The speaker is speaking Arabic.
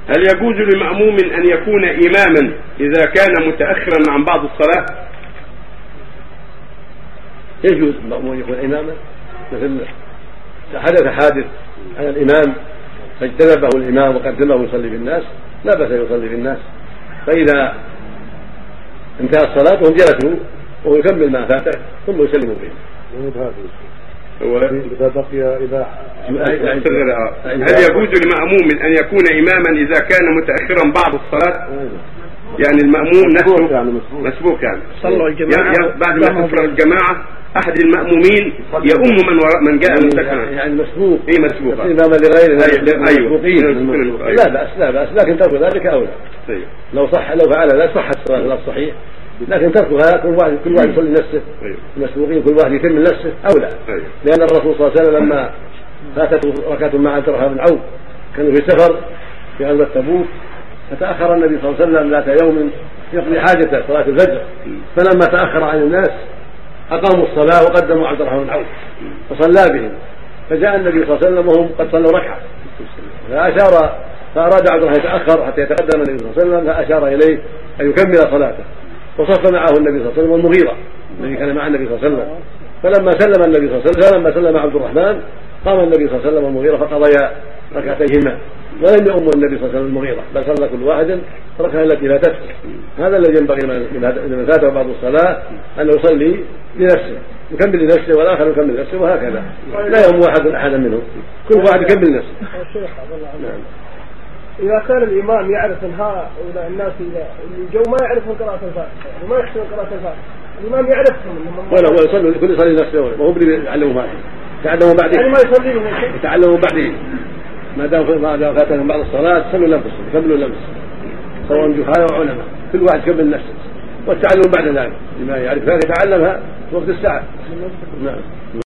هل يجوز لمأموم أن يكون إماما إذا كان متأخرا عن بعض الصلاة؟ يجوز المأموم يكون إماما، مثل حدث حادث على الإمام فاجتنبه الإمام وقدمه يصلي بالناس، لا بأس يصلي بالناس، فإذا انتهى الصلاة وهم جلسوا ويكمل ما فاته ثم يسلم به. إذا بقي هل يجوز لمأموم أن يكون إماما إذا كان متأخرا بعض الصلاة؟ يعني المأموم نفسه مسبوق يعني صلوا الجماعة بعد ما تفرغ الجماعة أحد المأمومين يؤم من جاء متأخرا، يعني مسبوق مسبوق إماما لغيره. أيوه لا بأس لكن ترك ذلك أولى. لو فعل ذلك صحت الصلاة لا صحيح، لكن تركها كل واحد يصلي نفسه. المسبوقين كل واحد يتم نفسه أولى. لأن الرسول صلى الله عليه وسلم لما فاتته ركعة مع عبد الرحمن بن عوف كانوا في سفر في غزوة تبوك، فتأخر النبي صلى الله عليه وسلم ذات يوم يقضي حاجته صلاة الفجر، فلما تأخر عن الناس أقاموا الصلاة وقدموا عبد الرحمن بن عوف فصلى بهم، فجاء النبي صلى الله عليه وسلم وهم قد صلوا ركعة، فأراد عبد الرحمن يتأخر حتى يتقدم النبي صلى الله عليه وسلم، فأشار إليه أن يكمل صلاته، وصف معه النبي صلى الله عليه وسلم والمغيرة الذي كان مع النبي صلى الله عليه وسلم. فلما سلم النبي صلى الله عليه وسلم لما سلم عبد الرحمن قام النبي صلى الله عليه وسلم والمغيرة فقضيا ركعتيهما، ولم يؤم النبي صلى الله عليه وسلم المغيرة، بل صلى كل واحد ركعة التي فاتته. هذا الذي ينبغي لمن فاته بعض الصلاة أن يصلي لنفسه، يكمل لنفسه والآخر يكمل لنفسه، وهكذا لا يؤم أحدا منهم، كل واحد يكمل نفسه. نعم. إذا كان الإمام يعرف أن هؤلاء الناس اللي جو ما يعرفون قراءة الفاتحة وما يحسنون قراءة الفاتحة، الإمام يعرفهم ولا يصلوا كل يصلي نفسه وهو يتعلموا بعده، يتعلموا بعده، يعني ما يصلي يتعلموا بعده، ما دام فاتهم بعض الصلاة صلوا لنفسهم يكملوا لنفسهم، سواء جهال أو علماء، كل واحد يكمل نفسه، والتعلم بعد ذلك لما يعرف ذلك يتعلمها وقت الساعة. نعم.